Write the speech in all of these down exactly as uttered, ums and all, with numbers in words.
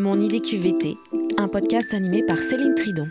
Mon idée Q V T, un podcast animé par Céline Tridon.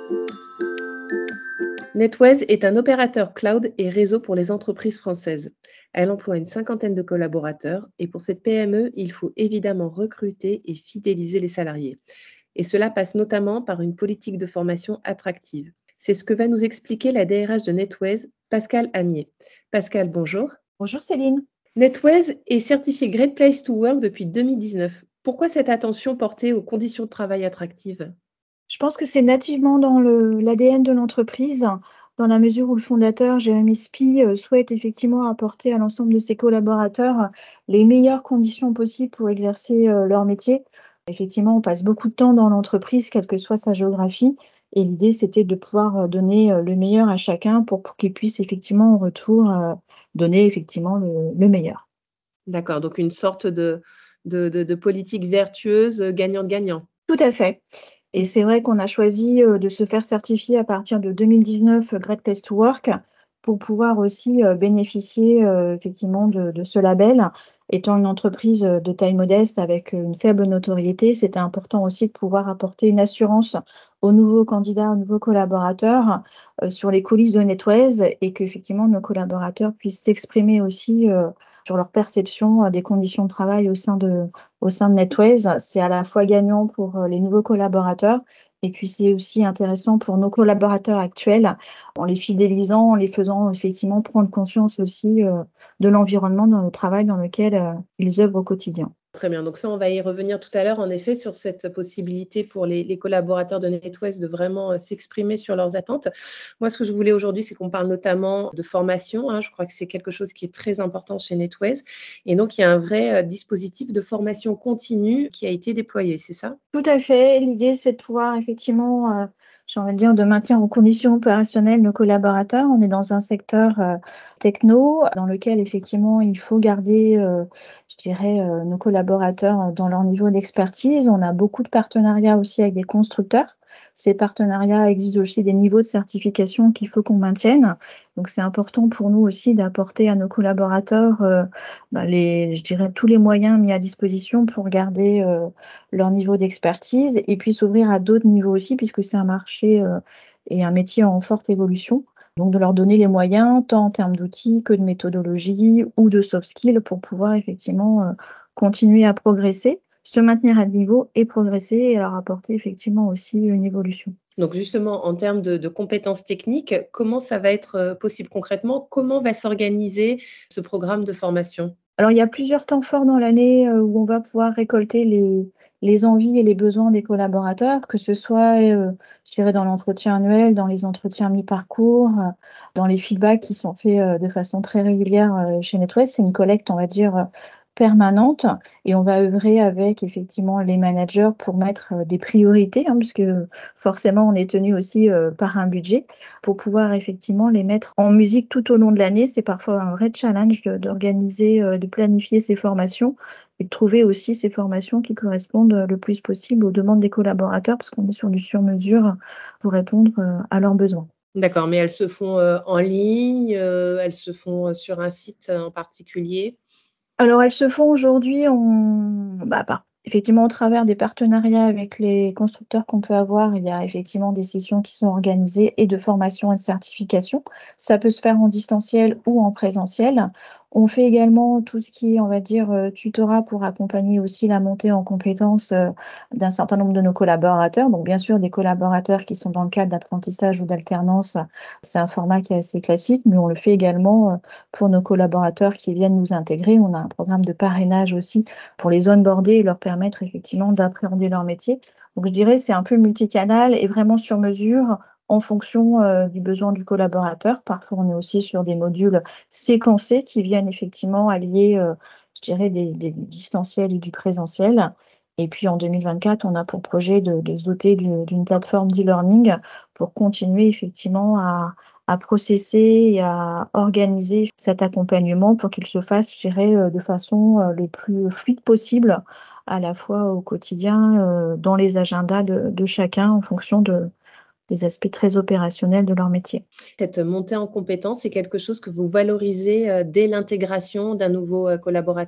NetWise est un opérateur cloud et réseau pour les entreprises françaises. Elle emploie une cinquantaine de collaborateurs et pour cette P M E, il faut évidemment recruter et fidéliser les salariés. Et cela passe notamment par une politique de formation attractive. C'est ce que va nous expliquer la D R H de NetWise, Pascal Amier. Pascal, bonjour. Bonjour Céline. NetWise est certifié Great Place to Work depuis deux mille dix-neuf. Pourquoi cette attention portée aux conditions de travail attractives ? Je pense que c'est nativement dans le, l'A D N de l'entreprise, dans la mesure où le fondateur, Jérémy Spie, euh, souhaite effectivement apporter à l'ensemble de ses collaborateurs les meilleures conditions possibles pour exercer euh, leur métier. Effectivement, on passe beaucoup de temps dans l'entreprise, quelle que soit sa géographie, et l'idée, c'était de pouvoir euh, donner euh, le meilleur à chacun pour, pour qu'il puisse effectivement en retour euh, donner effectivement le, le meilleur. D'accord, donc une sorte de, de, de, de politique vertueuse, euh, gagnant-gagnant. Tout à fait. Et c'est vrai qu'on a choisi euh, de se faire certifier à partir de deux mille dix-neuf euh, Great Place to Work pour pouvoir aussi euh, bénéficier euh, effectivement de, de ce label. Étant une entreprise euh, de taille modeste avec euh, une faible notoriété, c'était important aussi de pouvoir apporter une assurance aux nouveaux candidats, aux nouveaux collaborateurs euh, sur les coulisses de NetWise et qu'effectivement nos collaborateurs puissent s'exprimer aussi euh, sur leur perception euh, des conditions de travail au sein de, au sein de NetWise. C'est à la fois gagnant pour euh, les nouveaux collaborateurs et puis c'est aussi intéressant pour nos collaborateurs actuels en les fidélisant, en les faisant effectivement prendre conscience aussi euh, de l'environnement dans le travail dans lequel euh, ils œuvrent au quotidien. Très bien, donc ça, on va y revenir tout à l'heure, en effet, sur cette possibilité pour les, les collaborateurs de NetWise de vraiment euh, s'exprimer sur leurs attentes. Moi, ce que je voulais aujourd'hui, c'est qu'on parle notamment de formation. Hein. Je crois que c'est quelque chose qui est très important chez NetWise. Et donc, il y a un vrai euh, dispositif de formation continue qui a été déployé, c'est ça ? Tout à fait. L'idée, c'est de pouvoir effectivement, euh, j'ai envie de dire, de maintenir en condition opérationnelle nos collaborateurs. On est dans un secteur euh, techno dans lequel effectivement il faut garder, euh, je dirais, euh, nos collaborateurs dans leur niveau d'expertise. On a beaucoup de partenariats aussi avec des constructeurs. Ces partenariats exigent aussi des niveaux de certification qu'il faut qu'on maintienne. Donc, c'est important pour nous aussi d'apporter à nos collaborateurs euh, bah, les, je dirais, tous les moyens mis à disposition pour garder euh, leur niveau d'expertise et puis s'ouvrir à d'autres niveaux aussi puisque c'est un marché euh, et un métier en forte évolution. Donc de leur donner les moyens, tant en termes d'outils que de méthodologie ou de soft skills pour pouvoir effectivement euh, continuer à progresser, se maintenir à niveau et progresser et leur apporter effectivement aussi une évolution. Donc justement, en termes de, de compétences techniques, comment ça va être euh, possible concrètement ? Comment va s'organiser ce programme de formation ? Alors, il y a plusieurs temps forts dans l'année euh, où on va pouvoir récolter les, les envies et les besoins des collaborateurs, que ce soit, euh, je dirais, dans l'entretien annuel, dans les entretiens mi-parcours, euh, dans les feedbacks qui sont faits euh, de façon très régulière euh, chez NetWest. C'est une collecte, on va dire, euh, permanente et on va œuvrer avec effectivement les managers pour mettre euh, des priorités, hein, puisque forcément, on est tenu aussi euh, par un budget pour pouvoir effectivement les mettre en musique tout au long de l'année. C'est parfois un vrai challenge de- d'organiser, euh, de planifier ces formations et de trouver aussi ces formations qui correspondent euh, le plus possible aux demandes des collaborateurs parce qu'on est sur du sur-mesure pour répondre euh, à leurs besoins. D'accord, mais elles se font euh, en ligne, euh, elles se font euh, sur un site euh, en particulier. Alors, elles se font aujourd'hui en, bah, par- effectivement au travers des partenariats avec les constructeurs qu'on peut avoir. Il y a effectivement des sessions qui sont organisées et de formation et de certification. Ça peut se faire en distanciel ou en présentiel. On fait également tout ce qui est, on va dire, euh, tutorat pour accompagner aussi la montée en compétences euh, d'un certain nombre de nos collaborateurs. Donc, bien sûr, des collaborateurs qui sont dans le cadre d'apprentissage ou d'alternance. C'est un format qui est assez classique, mais on le fait également euh, pour nos collaborateurs qui viennent nous intégrer. On a un programme de parrainage aussi pour les onboarder et leur permettre effectivement d'appréhender leur métier. Donc je dirais c'est un peu multicanal et vraiment sur mesure en fonction euh, du besoin du collaborateur. Parfois on est aussi sur des modules séquencés qui viennent effectivement allier, euh, je dirais, des, des distanciels et du présentiel. Et puis en deux mille vingt-quatre, on a pour projet de, de se doter d'une d'une plateforme d'e-learning pour continuer effectivement à, à processer et à organiser cet accompagnement pour qu'il se fasse, je dirais, euh, de façon euh, le plus fluide possible, à la fois au quotidien, euh, dans les agendas de, de chacun en fonction de, des aspects très opérationnels de leur métier. Cette montée en compétences, c'est quelque chose que vous valorisez euh, dès l'intégration d'un nouveau euh, collaborateur ?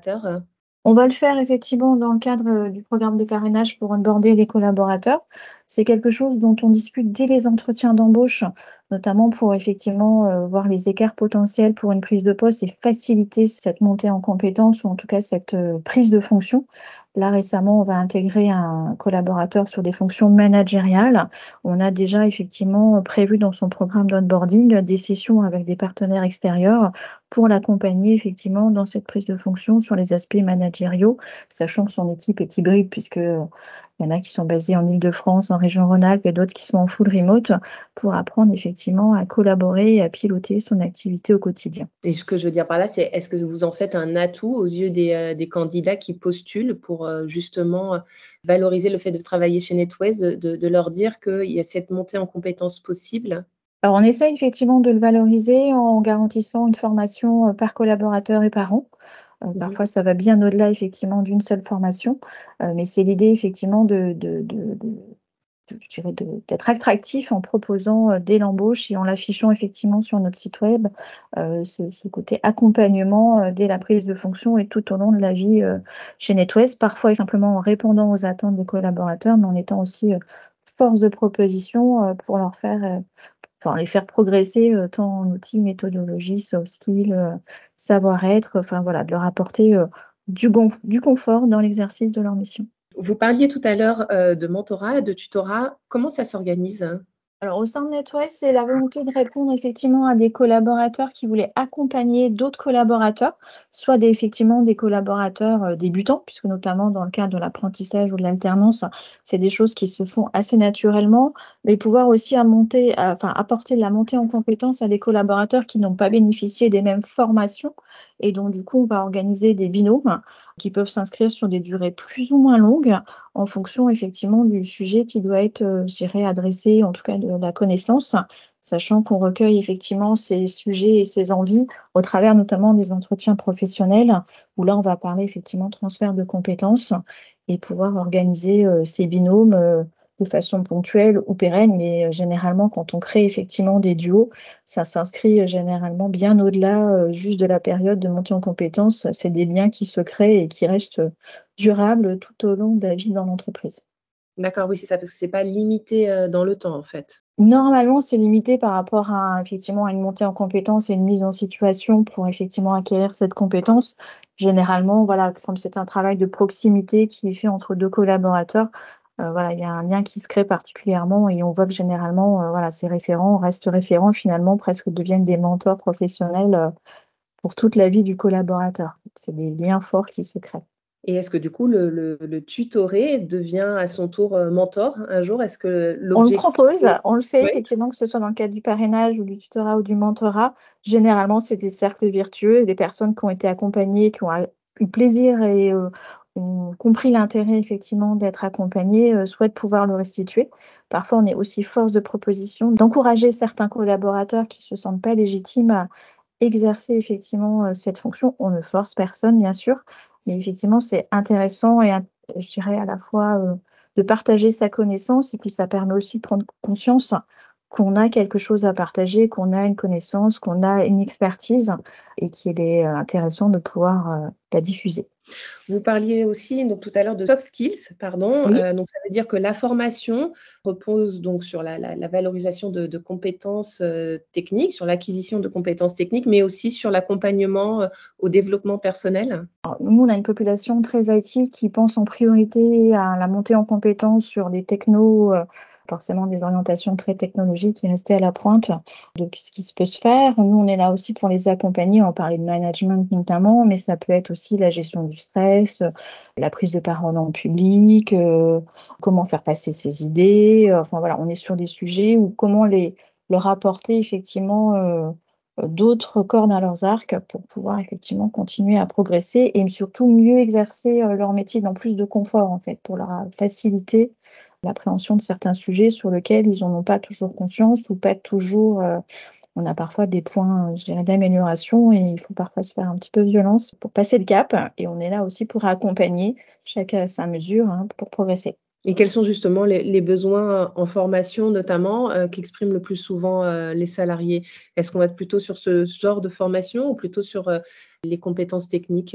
On va le faire effectivement dans le cadre euh, du programme de parrainage pour onboarder les collaborateurs. C'est quelque chose dont on discute dès les entretiens d'embauche, notamment pour effectivement euh, voir les écarts potentiels pour une prise de poste et faciliter cette montée en compétences ou en tout cas cette euh, prise de fonction. Là, récemment, on va intégrer un collaborateur sur des fonctions managériales. On a déjà effectivement prévu dans son programme d'onboarding des sessions avec des partenaires extérieurs pour l'accompagner effectivement dans cette prise de fonction sur les aspects managériaux, sachant que son équipe est hybride puisque euh, il y en a qui sont basés en Île-de-France, en région Rhône-Alpes et d'autres qui sont en full remote pour apprendre effectivement à collaborer et à piloter son activité au quotidien. Et ce que je veux dire par là, c'est est-ce que vous en faites un atout aux yeux des, euh, des candidats qui postulent pour euh, justement euh, valoriser le fait de travailler chez NetWays, de, de leur dire qu'il y a cette montée en compétences possible? Alors, on essaie effectivement de le valoriser en garantissant une formation euh, par collaborateur et par an. Euh, Mhm. parfois, ça va bien au-delà effectivement d'une seule formation, euh, mais c'est l'idée effectivement de, de, de, de, de- je dirais de- d'être attractif en proposant euh, dès l'embauche et en l'affichant effectivement sur notre site web euh, ce, ce côté accompagnement euh, dès la prise de fonction et tout au long de la vie euh, chez NetWest, parfois simplement en répondant aux attentes des collaborateurs, mais en étant aussi euh, force de proposition euh, pour leur faire euh, enfin, les faire progresser euh, tant en outils, méthodologie, soft skills, euh, savoir-être, enfin voilà, de leur apporter euh, du, gon- du confort dans l'exercice de leur mission. Vous parliez tout à l'heure euh, de mentorat et de tutorat. Comment ça s'organise, hein? Alors, au sein de NetWest, c'est la volonté de répondre effectivement à des collaborateurs qui voulaient accompagner d'autres collaborateurs, soit des, effectivement des collaborateurs euh, débutants, puisque notamment dans le cadre de l'apprentissage ou de l'alternance, c'est des choses qui se font assez naturellement, mais pouvoir aussi à monter, à- enfin, apporter de la montée en compétences à des collaborateurs qui n'ont pas bénéficié des mêmes formations. Et donc, du coup, on va organiser des binômes qui peuvent s'inscrire sur des durées plus ou moins longues en fonction effectivement du sujet qui doit être, euh, je dirais, adressé, en tout cas de la connaissance, sachant qu'on recueille effectivement ces sujets et ces envies au travers notamment des entretiens professionnels, où là on va parler effectivement transfert de compétences et pouvoir organiser euh, ces binômes euh, de façon ponctuelle ou pérenne, mais euh, généralement quand on crée effectivement des duos, ça s'inscrit euh, généralement bien au-delà euh, juste de la période de montée en compétences. C'est des liens qui se créent et qui restent durable tout au long de la vie dans l'entreprise. D'accord, oui, c'est ça, parce que c'est pas limité euh, dans le temps, en fait. Normalement, c'est limité par rapport à effectivement à une montée en compétence et une mise en situation pour effectivement acquérir cette compétence. Généralement, voilà, comme c'est un travail de proximité qui est fait entre deux collaborateurs, euh, voilà, il y a un lien qui se crée particulièrement et on voit que généralement, euh, voilà, ces référents restent référents finalement, presque deviennent des mentors professionnels euh, pour toute la vie du collaborateur. C'est des liens forts qui se créent. Et est-ce que du coup, le, le, le tutoré devient à son tour euh, mentor un jour? Est-ce que On le l'objectif, propose, c'est... on le fait Oui, effectivement, que ce soit dans le cadre du parrainage ou du tutorat ou du mentorat. Généralement, c'est des cercles vertueux et des personnes qui ont été accompagnées, qui ont eu plaisir et euh, ont compris l'intérêt effectivement d'être accompagnées, euh, souhaitent pouvoir le restituer. Parfois, on est aussi force de proposition d'encourager certains collaborateurs qui se sentent pas légitimes à exercer effectivement euh, cette fonction. On ne force personne, bien sûr, mais effectivement, c'est intéressant et je dirais à la fois euh, de partager sa connaissance et puis ça permet aussi de prendre conscience qu'on a quelque chose à partager, qu'on a une connaissance, qu'on a une expertise et qu'il est euh, intéressant de pouvoir euh, la diffuser. vous parliez aussi donc tout à l'heure de soft skills, pardon. Oui. Euh, donc ça veut dire que la formation repose donc sur la, la, la valorisation de, de compétences euh, techniques, sur l'acquisition de compétences techniques, mais aussi sur l'accompagnement euh, au développement personnel. Alors, nous, on a une population très I T qui pense en priorité à la montée en compétences sur des technos, euh, forcément des orientations très technologiques et rester à la pointe de ce qui se peut se faire. Nous, on est là aussi pour les accompagner. On parlait de management notamment, mais ça peut être aussi la gestion du stress, euh, la prise de parole en public, euh, comment faire passer ses idées. Euh, Enfin voilà, on est sur des sujets où comment les leur apporter effectivement euh, d'autres cordes à leurs arcs pour pouvoir effectivement continuer à progresser et surtout mieux exercer euh, leur métier dans plus de confort en fait, pour leur faciliter l'appréhension de certains sujets sur lesquels ils n'en ont pas toujours conscience ou pas toujours. Euh, on a parfois des points, je dirais, d'amélioration et il faut parfois se faire un petit peu violence pour passer le cap. Et on est là aussi pour accompagner chacun à sa mesure hein, pour progresser. Et quels sont justement les, les besoins en formation, notamment, euh, qu'expriment le plus souvent euh, les salariés? Est-ce qu'on va être plutôt sur ce genre de formation ou plutôt sur euh, les compétences techniques?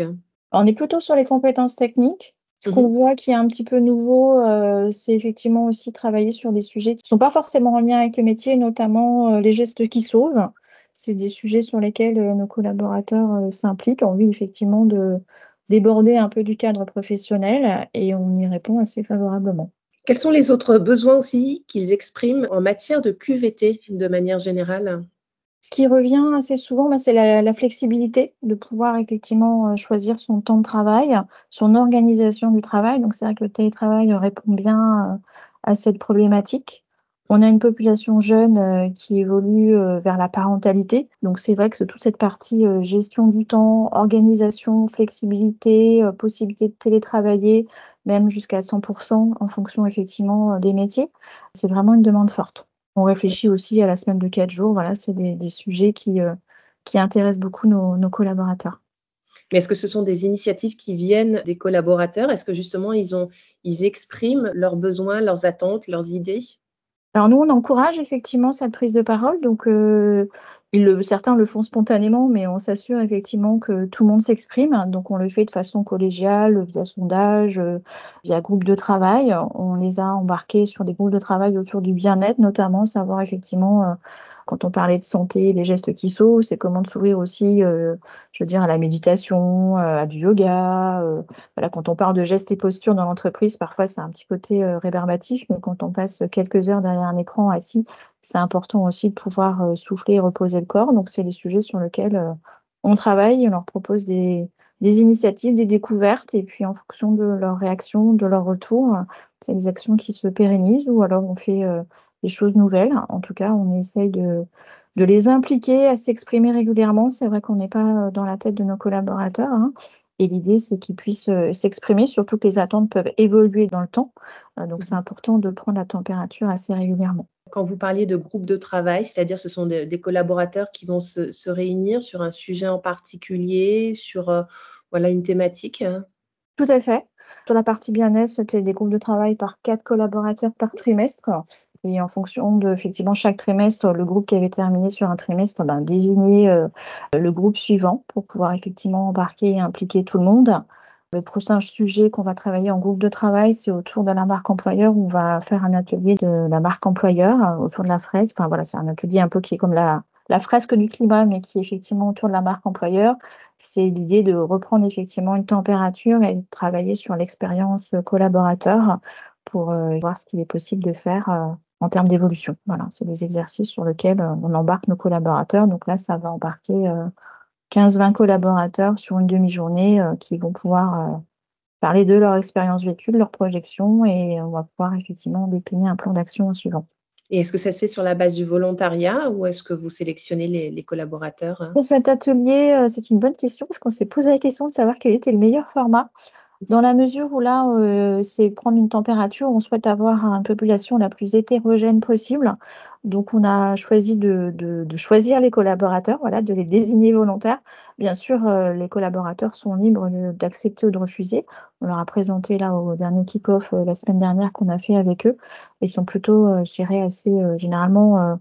On est plutôt sur les compétences techniques. Ce qu'on Mmh. voit qui est un petit peu nouveau, euh, c'est effectivement aussi travailler sur des sujets qui ne sont pas forcément en lien avec le métier, notamment euh, les gestes qui sauvent. C'est des sujets sur lesquels euh, nos collaborateurs euh, s'impliquent, ont envie effectivement de déborder un peu du cadre professionnel et on y répond assez favorablement. Quels sont les autres besoins aussi qu'ils expriment en matière de Q V T de manière générale? Ce qui revient assez souvent, bah, c'est la, la flexibilité, de pouvoir effectivement euh, choisir son temps de travail, son organisation du travail. Donc c'est vrai que le télétravail euh, répond bien euh, à cette problématique. On a une population jeune euh, qui évolue euh, vers la parentalité. Donc c'est vrai que c'est toute cette partie euh, gestion du temps, organisation, flexibilité, euh, possibilité de télétravailler, même jusqu'à cent pour cent en fonction effectivement euh, des métiers, c'est vraiment une demande forte. On réfléchit aussi à la semaine de quatre jours. Voilà, c'est des, des sujets qui, euh, qui intéressent beaucoup nos, nos collaborateurs. Mais est-ce que ce sont des initiatives qui viennent des collaborateurs? Est-ce que justement ils ont ils expriment leurs besoins, leurs attentes, leurs idées? Alors nous, on encourage effectivement cette prise de parole. Donc, euh, ils le- certains le font spontanément, mais on s'assure effectivement que tout le monde s'exprime. Donc, on le fait de façon collégiale, via sondage, euh, via groupe de travail. On les a embarqués sur des groupes de travail autour du bien-être, notamment savoir effectivement, euh, quand on parlait de santé, les gestes qui sauvent, c'est comment de s'ouvrir aussi, euh, je veux dire, à la méditation, euh, à du yoga. euh, Voilà, quand on parle de gestes et postures dans l'entreprise, parfois c'est un petit côté euh, rébarbatif, mais quand on passe quelques heures derrière un écran assis, c'est important aussi de pouvoir euh, souffler et reposer le corps. Donc c'est les sujets sur lesquels euh, on travaille, on leur propose des, des initiatives, des découvertes, et puis en fonction de leur réaction, de leur retour, euh, c'est des actions qui se pérennisent ou alors on fait euh, des choses nouvelles. En tout cas, on essaye de, de les impliquer à s'exprimer régulièrement. C'est vrai qu'on n'est pas euh, dans la tête de nos collaborateurs, hein. Et l'idée, c'est qu'ils puissent euh, s'exprimer, surtout que les attentes peuvent évoluer dans le temps. Euh, donc, c'est Mmh. important de prendre la température assez régulièrement. Quand vous parliez de groupe de travail, c'est-à-dire ce sont de des collaborateurs qui vont se se réunir sur un sujet en particulier, sur, heu, voilà une thématique? Tout à fait. Sur la partie bien-être, c'était des groupes de travail par quatre collaborateurs par trimestre. Et en fonction de, effectivement, chaque trimestre, le groupe qui avait terminé sur un trimestre, ben, désignait euh, le groupe suivant pour pouvoir effectivement embarquer et impliquer tout le monde. Le prochain sujet qu'on va travailler en groupe de travail, c'est autour de la marque employeur. On va faire un atelier de la marque employeur euh, autour de la fresque. Enfin voilà, c'est un atelier un peu qui est comme la, la fresque du climat, mais qui est effectivement autour de la marque employeur. C'est l'idée de reprendre effectivement une température et de travailler sur l'expérience collaborateur pour euh, voir ce qu'il est possible de faire euh, en termes d'évolution. Voilà, c'est des exercices sur lesquels euh, on embarque nos collaborateurs. Donc là, ça va embarquer euh, quinze vingt collaborateurs sur une demi-journée euh, qui vont pouvoir euh, parler de leur expérience vécue, de leur projection et on va pouvoir effectivement décliner un plan d'action suivant. Et est-ce que ça se fait sur la base du volontariat ou est-ce que vous sélectionnez les les collaborateurs, hein? Pour cet atelier, euh, c'est une bonne question parce qu'on s'est posé la question de savoir quel était le meilleur format. Dans la mesure où là, euh, c'est prendre une température, on souhaite avoir une population la plus hétérogène possible. Donc, on a choisi de, de, de choisir les collaborateurs, voilà, de les désigner volontaires. Bien sûr, euh, les collaborateurs sont libres de- d'accepter ou de refuser. On leur a présenté là au dernier kick-off euh, la semaine dernière qu'on a fait avec eux. Ils sont plutôt, euh, je dirais, assez euh, généralement euh,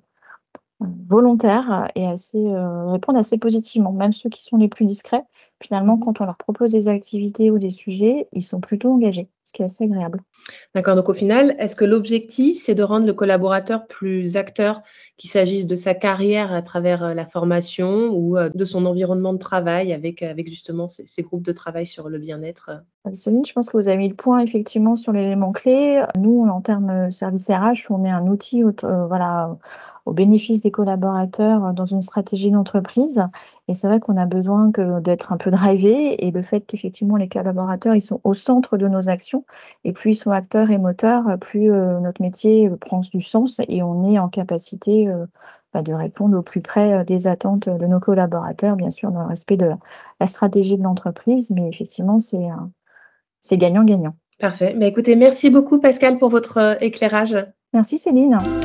volontaires et assez euh, répondent assez positivement. Même ceux qui sont les plus discrets, finalement, Mmh. quand on leur propose des activités ou des sujets, ils sont plutôt engagés, ce qui est assez agréable. D'accord, donc au final, est-ce que l'objectif, c'est de rendre le collaborateur plus acteur, qu'il s'agisse de sa carrière à travers, heu, la formation ou, heu, de son environnement de travail avec, avec justement ces ces groupes de travail sur le bien-être, heu? Euh, Céline, je pense que vous avez mis le point effectivement sur l'élément clé. Nous, en termes euh, service R H, on est un outil au, euh, voilà, au bénéfice des collaborateurs euh, dans une stratégie d'entreprise. Et c'est vrai qu'on a besoin que d'être un peu drivé et le fait qu'effectivement les collaborateurs ils sont au centre de nos actions et plus ils sont acteurs et moteurs, euh, plus euh, notre métier euh, prend du sens et on est en capacité euh, bah, de répondre au plus près euh, des attentes de nos collaborateurs, bien sûr dans le respect de la stratégie de l'entreprise, mais effectivement c'est un c'est gagnant-gagnant. Parfait. Bah, écoutez, merci beaucoup Pascal pour votre, heu, éclairage. Merci Céline.